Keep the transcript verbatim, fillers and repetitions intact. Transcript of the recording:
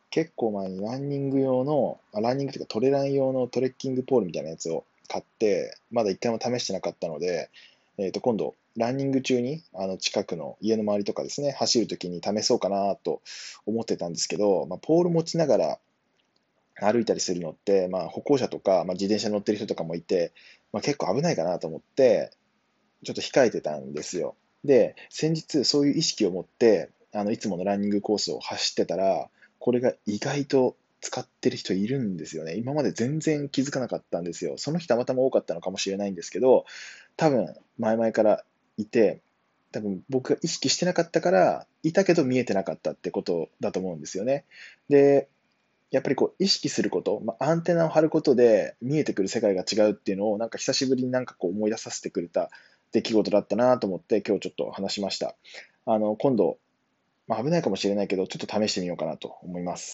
結構前にランニング用の、あランニングというかトレラン用のトレッキングポールみたいなやつを買って、まだ一回も試してなかったので、えっと、今度、ランニング中に、あの、近くの家の周りとかですね、走るときに試そうかなと思ってたんですけど、まあ、ポール持ちながら歩いたりするのって、まあ、歩行者とか、まあ、自転車乗ってる人とかもいて、まあ、結構危ないかなと思って、ちょっと控えてたんですよ。で、先日そういう意識を持って、あの、いつものランニングコースを走ってたら、これが意外と使ってる人いるんですよね。今まで全然気づかなかったんですよ。その日たまたま多かったのかもしれないんですけど、多分前々からいて、多分僕が意識してなかったから、いたけど見えてなかったってことだと思うんですよね。で、やっぱりこう意識すること、まあ、アンテナを張ることで見えてくる世界が違うっていうのをなんか久しぶりになんかこう思い出させてくれた出来事だったなと思って今日ちょっと話しました。あの、今度、まあ、危ないかもしれないけど、ちょっと試してみようかなと思います。